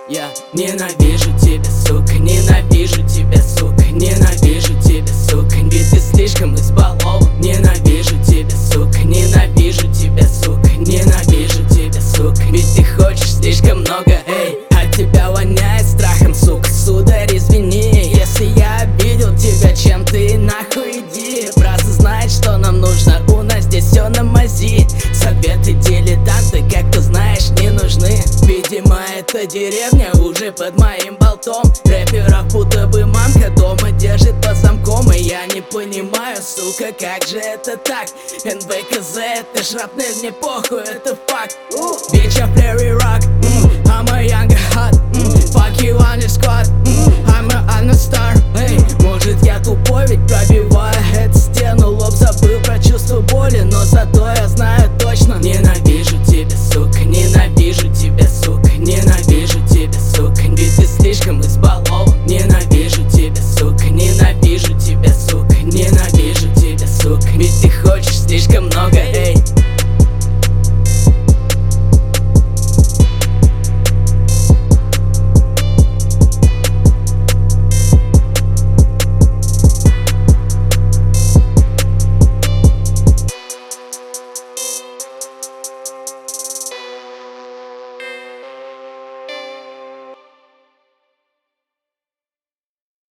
Я ненавижу тебя, сука, ненавижу тебя, сука, ненавижу тебя, сука, ведь ты слишком избалован. Ненавижу тебя, сука, ненавижу тебя, сука, ненавижу тебя, сука, ведь ты хочешь слишком много, эй. От тебя воняет страхом, сука, сударь, извини, если я обидел тебя, чем ты нахуй иди. Просто знает, что нам нужно, у нас здесь все на мази. Советы дилетанты, как ты знаешь, не нужны. Видимо, эта деревня уже под моим болтом. Рэперов будто бы мамка дома держит под замком. И я не понимаю, сука, как же это так? НВКЗ, это шрапнель, мне похуй, это факт. Bitch, I play rock, I'm a young